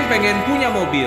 pengen punya mobil.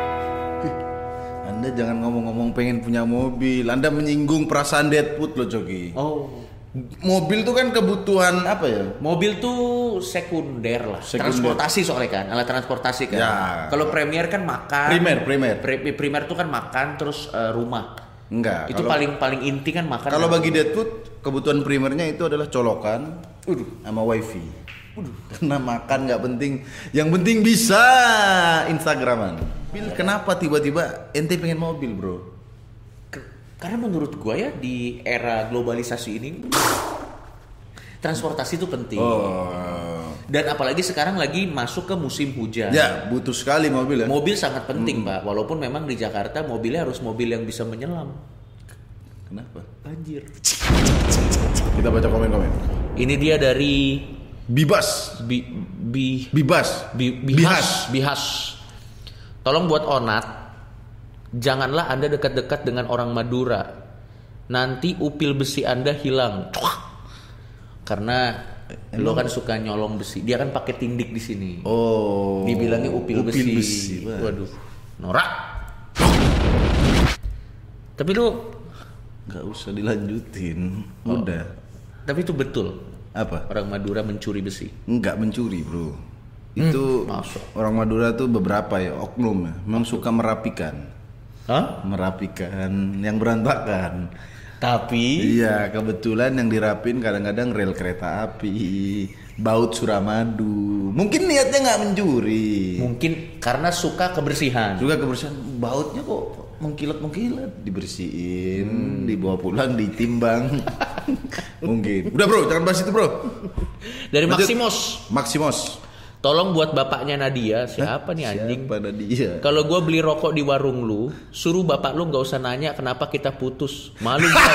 Anda jangan ngomong-ngomong pengen punya mobil. Anda menyinggung perasaan Deadwood loh, Coki. Oh. Mobil tuh kan kebutuhan apa ya? Mobil tuh sekunder lah. Sekunder. Transportasi soalnya kan, alat transportasi kan. Ya. Kalau premier kan makan. Primer. Primer tuh kan makan terus rumah. Enggak. Itu paling inti kan makan. Kalau bagi Deadwood kebutuhan primernya itu adalah colokan, sama wifi. Karena makan nggak penting, yang penting bisa Instagraman. Kenapa tiba-tiba ente pengen mobil, bro? Karena menurut gua ya di era globalisasi ini transportasi itu penting. Dan apalagi sekarang lagi masuk ke musim hujan. Ya, butuh sekali mobil ya. Mobil sangat penting, Pak. Walaupun memang di Jakarta mobilnya harus mobil yang bisa menyelam. Kenapa? Banjir. Kita baca komen-komen. Ini dia dari Bibas. Bihas. Tolong buat Onat, janganlah Anda dekat-dekat dengan orang Madura. Nanti upil besi Anda hilang. Karena lo kan suka nyolong besi. Dia kan pakai tindik di sini. Oh. Dibilangnya upil besi. Waduh. Norak. Tapi lu nggak usah dilanjutin. Udah. Tapi itu betul. Apa? Orang Madura mencuri besi. Enggak mencuri, bro. Itu orang Madura tuh beberapa ya oknum ya. Memang suka merapikan. Hah? Merapikan yang berantakan. Tapi iya, kebetulan yang dirapin kadang-kadang rel kereta api, baut Suramadu. Mungkin niatnya nggak mencuri. Mungkin karena suka kebersihan. Juga kebersihan, bautnya kok mengkilat, dibersihin, dibawa pulang, ditimbang. Mungkin. Udah, bro, jangan bahas itu, bro. Dari Lanjut. Maximos. Tolong buat bapaknya Nadia. Siapa nih anjing? Siapa Nadia? Kalau gue beli rokok di warung lu, suruh bapak lu nggak usah nanya kenapa kita putus. Malu gua.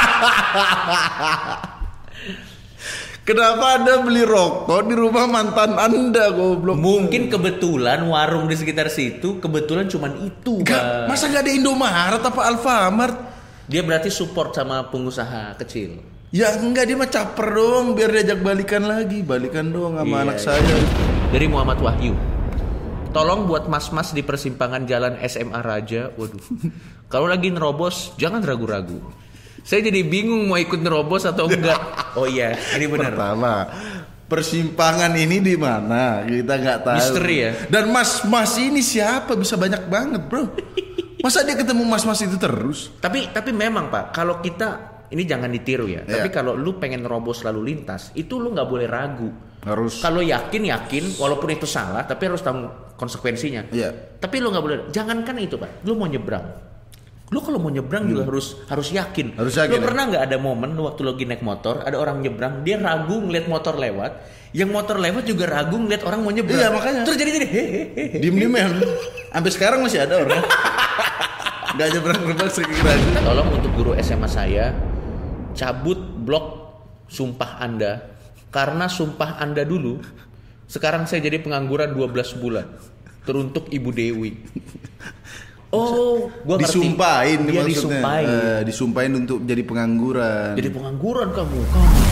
Kenapa Anda beli rokok di rumah mantan Anda, goblok? Mungkin kebetulan warung di sekitar situ kebetulan cuman itu. Enggak, masa gak ada Indomaret apa Alfamart? Dia berarti support sama pengusaha kecil. Ya enggak, dia mah caper doang biar diajak balikan doang sama anak saya. Dari Muhammad Wahyu. Tolong buat mas-mas di persimpangan jalan SMA Raja. Waduh. Kalau lagi nerobos jangan ragu-ragu. Saya jadi bingung mau ikut nerobos atau enggak. Oh iya, ini benar. Pertama, persimpangan ini di mana? Kita nggak tahu. Misteri ya. Dan mas-mas ini siapa? Bisa banyak banget, bro. Masa dia ketemu mas-mas itu terus? Tapi memang Pak, kalau kita ini jangan ditiru ya. Tapi kalau lu pengen nerobos lalu lintas, itu lu nggak boleh ragu. Harus. Kalau yakin, walaupun itu salah, tapi harus tahu konsekuensinya. Iya. Tapi lu nggak boleh. Jangankan itu Pak, lu mau nyebrang. Lu kalau mau nyebrang juga harus yakin. Harus yakin. Lu pernah nggak ada momen lu waktu lagi naik motor, ada orang nyebrang, dia ragu ngeliat motor lewat, yang motor lewat juga ragu ngeliat orang mau nyebrang. Iya, makanya. Terus jadi Diem ya. Sampai sekarang masih ada orang. Gak nyebrang sekira. Tolong untuk guru SMA saya cabut blok sumpah Anda. Karena sumpah Anda dulu, sekarang saya jadi pengangguran 12 bulan. Teruntuk Ibu Dewi. Oh, gua ngerti. Disumpahin Dia maksudnya. disumpahin. Disumpahin untuk jadi pengangguran. Jadi pengangguran kamu.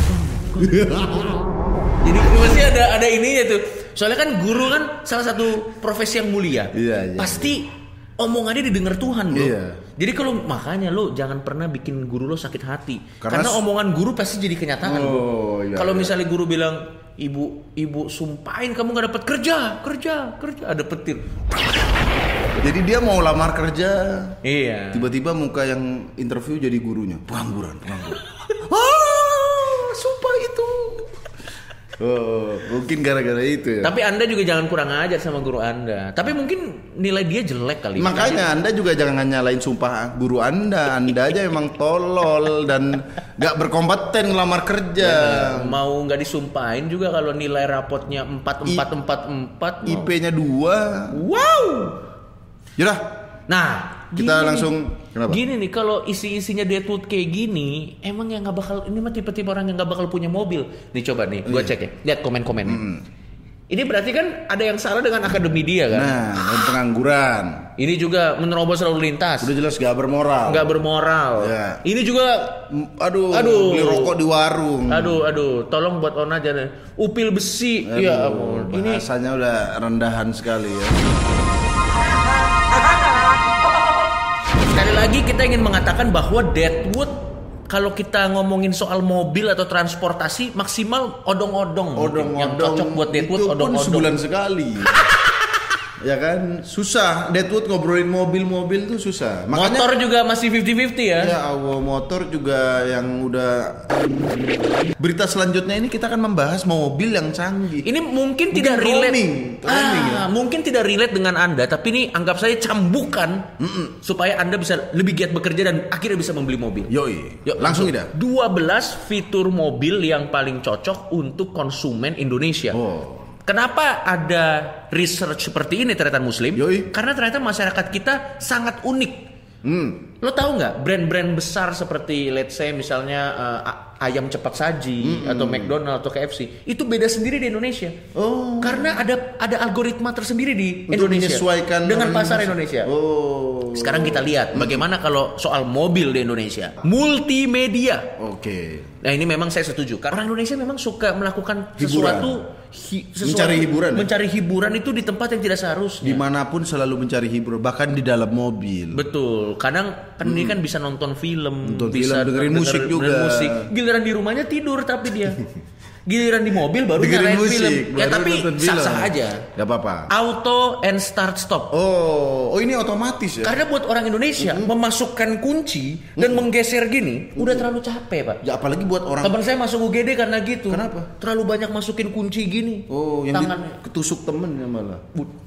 Jadi masih ada ininya tuh. Soalnya kan guru kan salah satu profesi yang mulia. Iya. Pasti omongannya didengar Tuhan, bro. Iya. Jadi kalau makanya lo jangan pernah bikin guru lo sakit hati. Karena omongan guru pasti jadi kenyataan. Iya, kalau misalnya guru bilang, ibu sumpahin kamu gak dapat kerja, ada petir. Jadi dia mau lamar kerja. Iya. Tiba-tiba muka yang interview jadi gurunya. Pengangguran. Sumpah itu. Oh, mungkin gara-gara itu ya. Tapi Anda juga jangan kurang ajar sama guru Anda. Tapi mungkin nilai dia jelek kali. Makanya Anda juga jangan nyalain sumpah guru Anda. Anda aja emang tolol dan gak berkompeten ngelamar kerja. Mau nggak disumpahin juga kalau nilai rapotnya 4. IP-nya 2. Wow. Yaudah. Nah, kita gini langsung nih. kenapa? Gini nih, kalau isi-isinya Deadwood kayak gini, emang yang nggak bakal, ini mah tipe-tipe orang yang nggak bakal punya mobil. Nih coba nih, gua cek ya, lihat komen-komennya. Ini berarti kan ada yang salah dengan akademi dia kan? Nah, dan pengangguran. Ini juga menerobos lalu lintas. Udah jelas gak bermoral. Nggak bermoral. Ya. Ini juga Aduh, beli rokok di warung. Aduh, tolong buat Ona aja deh. Upil besi. Aduh, Ya ampun. Ini bahasanya udah rendahan sekali ya. sekali lagi kita ingin mengatakan bahwa Deadwood kalau kita ngomongin soal mobil atau transportasi maksimal odong-odong. Yang cocok buat Deadwood itu odong-odong. pun sebulan sekali. Ya kan, susah. Deadwood ngobrolin mobil-mobil tuh susah. Motor juga masih 50-50 ya. Ya Allah, motor juga yang udah. Berita selanjutnya ini kita akan membahas mobil yang canggih. Ini mungkin tidak relate. Trending, ya. Mungkin tidak relate dengan Anda, tapi ini anggap saya cambukan supaya Anda bisa lebih giat bekerja dan akhirnya bisa membeli mobil. Yoi. Yuk, Langsung tidak? 12 fitur mobil yang paling cocok untuk konsumen Indonesia. Oh. Kenapa ada research seperti ini Tretan Muslim? Yoi. Karena ternyata masyarakat kita sangat unik. Lo tahu nggak brand-brand besar seperti let's say misalnya ayam cepat saji atau McDonald atau KFC itu beda sendiri di Indonesia. Oh. Karena ada algoritma tersendiri di Untuk Indonesia menyesuaikan dengan pasar Indonesia. Oh. Sekarang kita lihat bagaimana kalau soal mobil di Indonesia, multimedia. Oke. Nah ini memang saya setuju. Karena orang Indonesia memang suka melakukan Hiburan. sesuatu Mencari hiburan, ya? mencari hiburan itu di tempat yang tidak seharusnya. Dimanapun selalu mencari hiburan, bahkan di dalam mobil. Betul. Kadang kan dia kan bisa nonton film, bisa dengerin musik juga. Giliran di rumahnya tidur tapi dia. Giliran di mobil baru Dengerin nyalain musik, film. Ya baru tapi nonton film. sah-sah aja. Gak apa-apa. Auto and start stop. Oh ini otomatis ya? Karena buat orang Indonesia memasukkan kunci dan menggeser gini udah terlalu capek, Pak. Ya apalagi buat orang. Teman saya masuk UGD karena gitu. Kenapa? Terlalu banyak masukin kunci gini. Oh, yang tangannya. ketusuk temennya malah.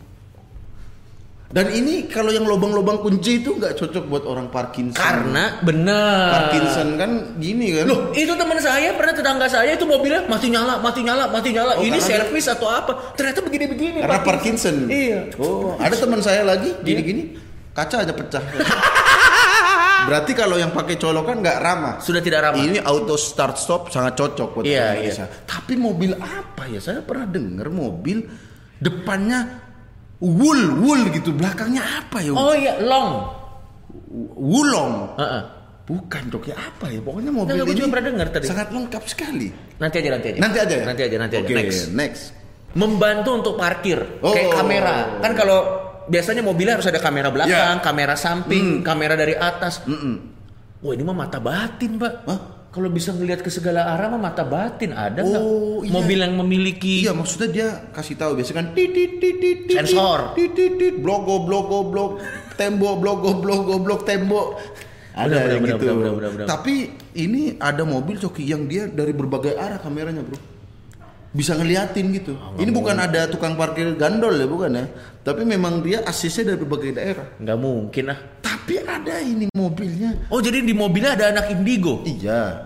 Dan ini kalau yang lubang-lubang kunci itu nggak cocok buat orang Parkinson. Karena benar. Parkinson kan gini kan. Loh, itu teman saya pernah tetangga saya itu mobilnya mati nyala. Oh, ini karena servis atau apa? Ternyata begini-begini. Karena Parkinson. Iya. Oh, ada teman saya lagi gini-gini, kaca aja pecah. Berarti kalau yang pakai colokan nggak ramah. Sudah tidak ramah. Ini auto start stop sangat cocok buat orang Indonesia. Iya. Tapi mobil apa ya? Saya pernah dengar mobil depannya wool gitu, belakangnya apa ya? Oh iya, long. Wulong. Heeh. Bukan dok ya apa ya? Pokoknya mobil Gue ini juga pernah dengar tadi. sangat lengkap sekali. Nanti aja. Nanti aja ya? Nanti aja. Oke, Next. Membantu untuk parkir. Oh. Kayak kamera. Kan kalau biasanya mobilnya harus ada kamera belakang, kamera samping, kamera dari atas. Wah ini mah mata batin, Pak. Hah? Kalau bisa ngelihat ke segala arah mah mata batin ada nggak? Iya. Mobil yang memiliki Iya, maksudnya dia kasih tahu biasanya kan tit Sensor. blok tembok tembok. Ada yang gitu. Benar. Tapi ini ada mobil coki yang dia dari berbagai arah kameranya, Bro. Bisa ngeliatin gitu. Ini bukan ada tukang parkir gandol ya, bukan ya. Tapi memang dia asisnya dari berbagai daerah. nggak mungkin ah. Tapi ada ini mobilnya. Oh jadi di mobilnya ada anak indigo. Iya.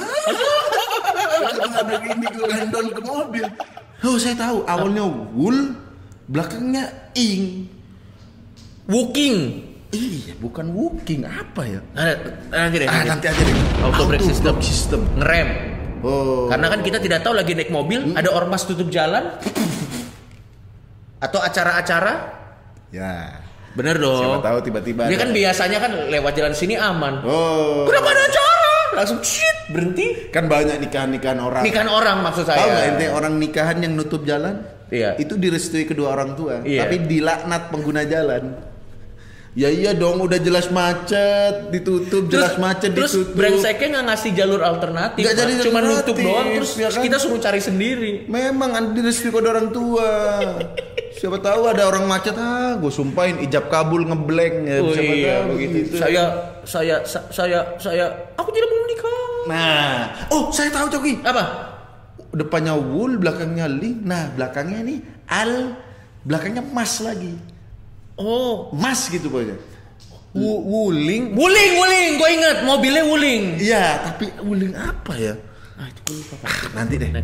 Ada indigo gandol ke mobil. Oh saya tahu. Awalnya wool, belakangnya ing. Woking. Iya, bukan walking apa ya? Nanti deh. Nanti aja deh. Auto brake system. Ngerem. Oh. Karena kan kita tidak tahu lagi naik mobil, ada ormas tutup jalan atau acara-acara. Ya. Bener dong. Siapa tahu tiba-tiba. Dia kan biasanya kan lewat jalan sini aman. Oh. Kenapa ada acara? Langsung shit berhenti. Kan banyak nikahan orang. Nikahan orang maksud saya. Tahu nggak ente orang nikahan yang nutup jalan? Iya. Itu direstui kedua orang tua, Iya. tapi dilaknat pengguna jalan. Ya iya dong, udah jelas macet, ditutup, jelas macet, terus ditutup. brengseknya nggak ngasih jalur alternatif, Nggak jadi cuma alternatif, nutup doang, terus ya kan? kita suruh cari sendiri. Memang ada direstui kedua orang tua. Siapa tahu ada orang macet, gue sumpahin ijab kabul ngeblank ya. Oh Siapa iya tahu begitu. Saya, aku tidak mau menikah. Nah, oh saya tahu Coki. Apa? Depannya wool, belakangnya link. Nah, belakangnya nih al, belakangnya mas lagi. Oh, Mas gitu pokoknya. wuling, gue ingat mobilnya wuling. Iya, tapi wuling apa ya? Itu gue lupa. Nanti deh.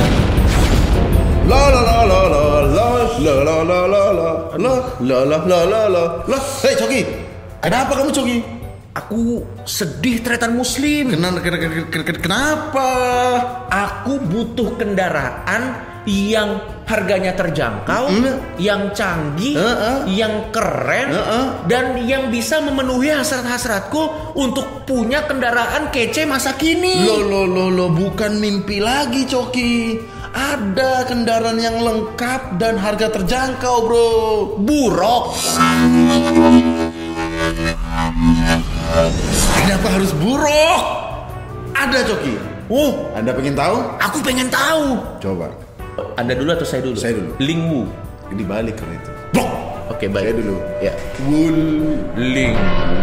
La la la la la la la la la la la la la la la la la la. Hei Coki, kenapa kamu Coki? Aku sedih Tretan Muslim. Kenapa? Aku butuh kendaraan yang harganya terjangkau, yang canggih, yang keren, dan yang bisa memenuhi hasrat-hasratku untuk punya kendaraan kece masa kini. Loh, bukan mimpi lagi, Coki. Ada kendaraan yang lengkap dan harga terjangkau, bro. Buruk. Kenapa harus buruk? Ada, Coki. Anda pengen tahu? Aku pengen tahu. Coba. Anda dulu atau saya dulu? Saya dulu. Lingwu. Ini balik karena itu. Oke, baik. Saya dulu. Ya. Ling.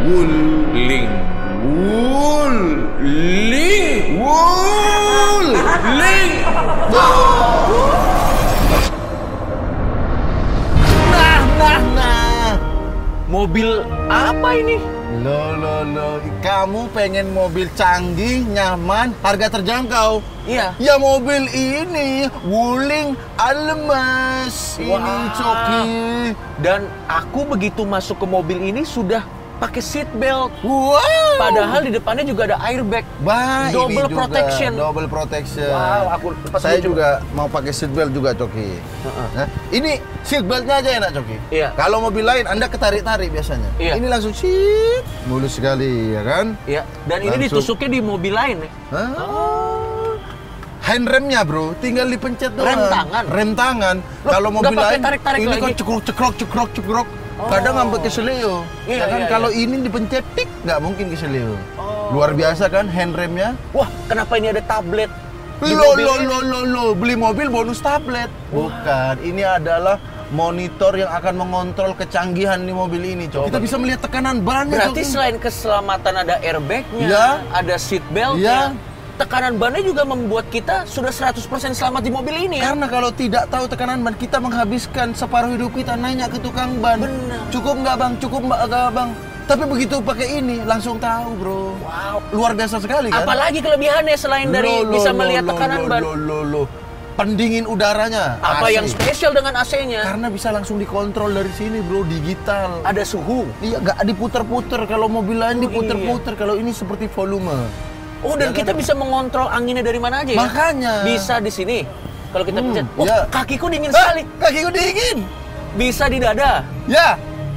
Nah. Mobil apa ini? Loh. Kamu pengen mobil canggih, nyaman, harga terjangkau? Iya. Ya mobil ini, Wuling Almas. Ini, Coki. Dan aku begitu masuk ke mobil ini sudah pakai seat belt. Wow. Padahal di depannya juga ada airbag. Double protection. Double protection. Wow, Saya juga mau pakai seat belt juga, Coki. Nah, ini seat beltnya aja enak, Coki. Iya. Kalau mobil lain Anda ketarik-tarik biasanya. Iya. Ini langsung sit, mulus sekali, ya kan? Iya. Dan ini ditusuknya di mobil lain ya. Handremnya, bro, tinggal dipencet doang. Rem tangan. Kalau mobil nggak pakai lain tarik-tarik ini lagi. kan cekrok. Kadang sampai keseleo. Iya, Ya kan, iya, kalau ini dipencet tik nggak mungkin keseleo. Luar biasa kan handremnya? Wah, kenapa ini ada tablet? Di Lo, mobil ini? beli mobil bonus tablet. Bukan, ini adalah monitor yang akan mengontrol kecanggihan di mobil ini, Cok. Kita bisa melihat tekanan bannya, Berarti Cok. selain keselamatan ada airbagnya, Ya. ada seat beltnya, tekanan bannya juga membuat kita sudah 100% selamat di mobil ini ya. Karena kalau tidak tahu tekanan ban, kita menghabiskan separuh hidup kita nanya ke tukang ban. Benar. Cukup nggak, Bang? Cukup nggak, Bang? Tapi begitu pakai ini langsung tahu, bro. Wow. Luar biasa sekali kan? Apalagi kelebihannya selain dari bisa melihat tekanan ban? Pendingin udaranya. Apa AC. yang spesial dengan AC-nya? Karena bisa langsung dikontrol dari sini, bro, digital. Ada suhu. Iya, nggak diputer-puter. Kalau mobil lain diputer-puter. Kalau ini seperti volume. Oh, dan kita bisa mengontrol anginnya dari mana aja ya? Makanya. Bisa di sini. Kalau kita pencet. Oh, iya. kakiku dingin sekali. Kakiku dingin. Bisa di dada. Ya.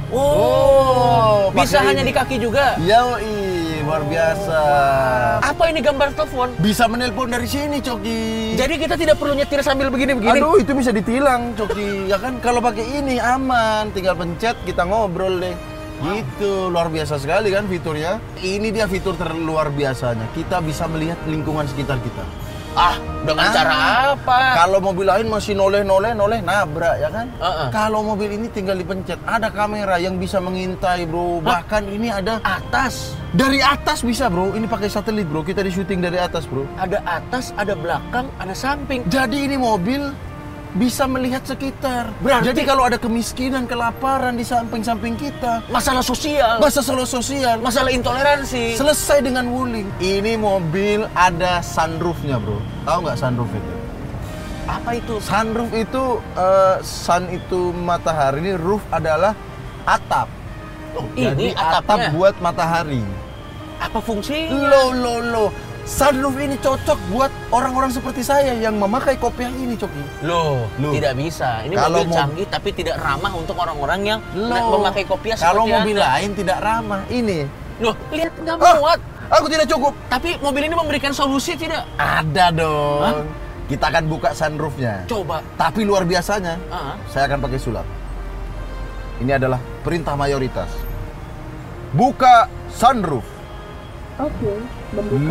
Bisa pakai hanya ini. di kaki juga. Yoi, luar biasa. Apa ini gambar telepon? Bisa menelpon dari sini, Coki. Jadi kita tidak perlu nyetir sambil begini-begini. Aduh, itu bisa ditilang, Coki. Ya kan, kalau pakai ini aman, tinggal pencet, kita ngobrol deh. Gitu, luar biasa sekali kan fiturnya. Ini dia fitur terluar biasanya. Kita bisa melihat lingkungan sekitar kita. Dengan cara apa? Kalau mobil lain masih noleh nabrak, ya kan? Uh-uh. Kalau mobil ini tinggal dipencet, ada kamera yang bisa mengintai, bro. Bahkan ini ada Atas. dari atas bisa, bro. Ini pakai satelit, bro. Kita di syuting dari atas, bro. Ada atas, ada belakang, ada samping. Jadi ini mobil bisa melihat sekitar. Berarti- Jadi kalau ada kemiskinan, kelaparan di samping-samping kita, Masalah sosial. masalah sosial, Masalah intoleransi. selesai dengan Wuling. Ini mobil ada sunroofnya, bro. Tahu nggak sunroof itu? Apa itu? Sunroof itu, sun itu matahari, ini roof adalah atap. Ini Jadi atapnya. atap buat matahari. Apa fungsinya? Loh. Sunroof ini cocok buat orang-orang seperti saya yang memakai kopiah ini, Coki. Loh, Loh. tidak bisa. Ini Kalau mobil canggih tapi tidak ramah untuk orang-orang yang memakai kopiah seperti Kalau mobil Anda. lain tidak ramah. Ini. Loh, lihat nggak muat. Aku tidak cukup. Tapi mobil ini memberikan solusi tidak? Ada dong. Kita akan buka sunroofnya. Coba. Tapi luar biasanya, Ah. saya akan pakai sulap. Ini adalah perintah mayoritas. Buka sunroof. Oke, membuka.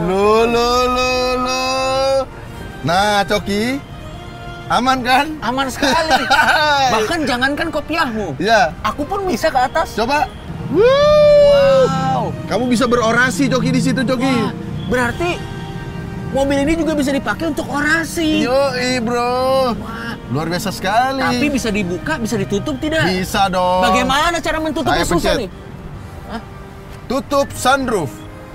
Loh. Nah, Coki. Aman kan? Aman sekali. Bahkan jangankan kopiahmu. Ya, Aku pun bisa ke atas. coba. Wow. Kamu bisa berorasi, Coki, di situ, Coki. Wah, berarti mobil ini juga bisa dipakai untuk orasi. Yoi, bro. Wah, Luar biasa sekali. tapi bisa dibuka, bisa ditutup tidak? Bisa dong. Bagaimana cara mentutupnya? Saya Susah pencet. nih. Tutup sunroof.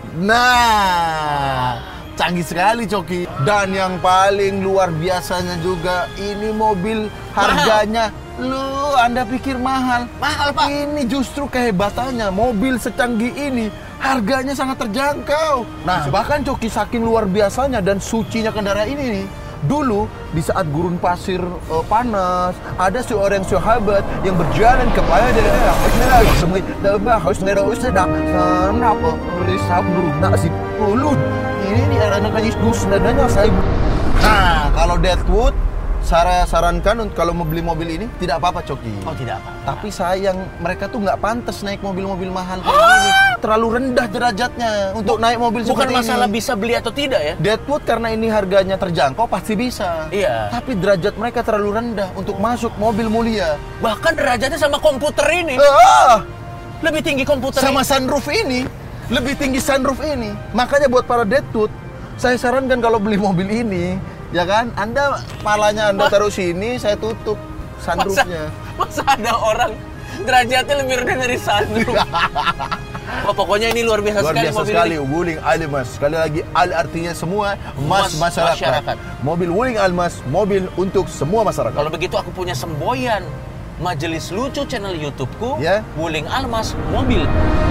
Nah, canggih sekali, Coki. Dan yang paling luar biasanya juga, ini mobil harganya, lu Anda pikir mahal? Mahal, Pak. Ini justru kehebatannya, mobil secanggih ini harganya sangat terjangkau. Nah, bahkan Coki, saking luar biasanya dan sucinya kendaraan ini nih, Dulu di saat gurun pasir panas, ada seorang sahabat yang berjalan kepada Nah, kalau Deadwood saya sarankan kalau mau beli mobil ini tidak apa-apa, Coki. Oh, tidak apa. Tapi sayang mereka tuh nggak pantas naik mobil-mobil mahal kayak gini. Terlalu rendah derajatnya untuk naik mobil Bukan seperti masalah ini. bisa beli atau tidak ya. Deadwood karena ini harganya terjangkau pasti bisa. Iya. Tapi derajat mereka terlalu rendah untuk masuk mobil mulia. Bahkan derajatnya sama komputer ini. Lebih tinggi komputer Sama ini. sunroof ini, lebih tinggi sunroof ini. Makanya buat para Deadwood, saya sarankan kalau beli mobil ini, ya kan, Anda palanya Anda taruh sini, saya tutup sunroofnya. Masa ada orang derajatnya lebih rendah dari sunroof. Oh, pokoknya ini luar biasa Luar sekali biasa mobil sekali, ini. Wuling Almas. Sekali lagi, Al artinya semua, Mas masyarakat. Masyarakat. Mobil Wuling Almas, mobil untuk semua masyarakat. Kalau begitu aku punya semboyan. Majelis Lucu channel YouTube-ku, Ya. Wuling Almas Mobil.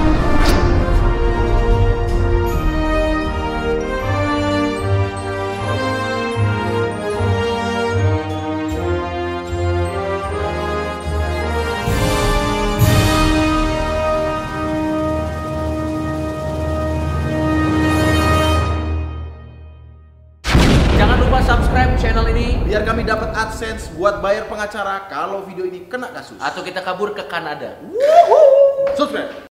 Jangan lupa subscribe channel ini Biar kami dapat AdSense buat bayar pengacara kalau video ini kena kasus. atau kita kabur ke Kanada. Subscribe.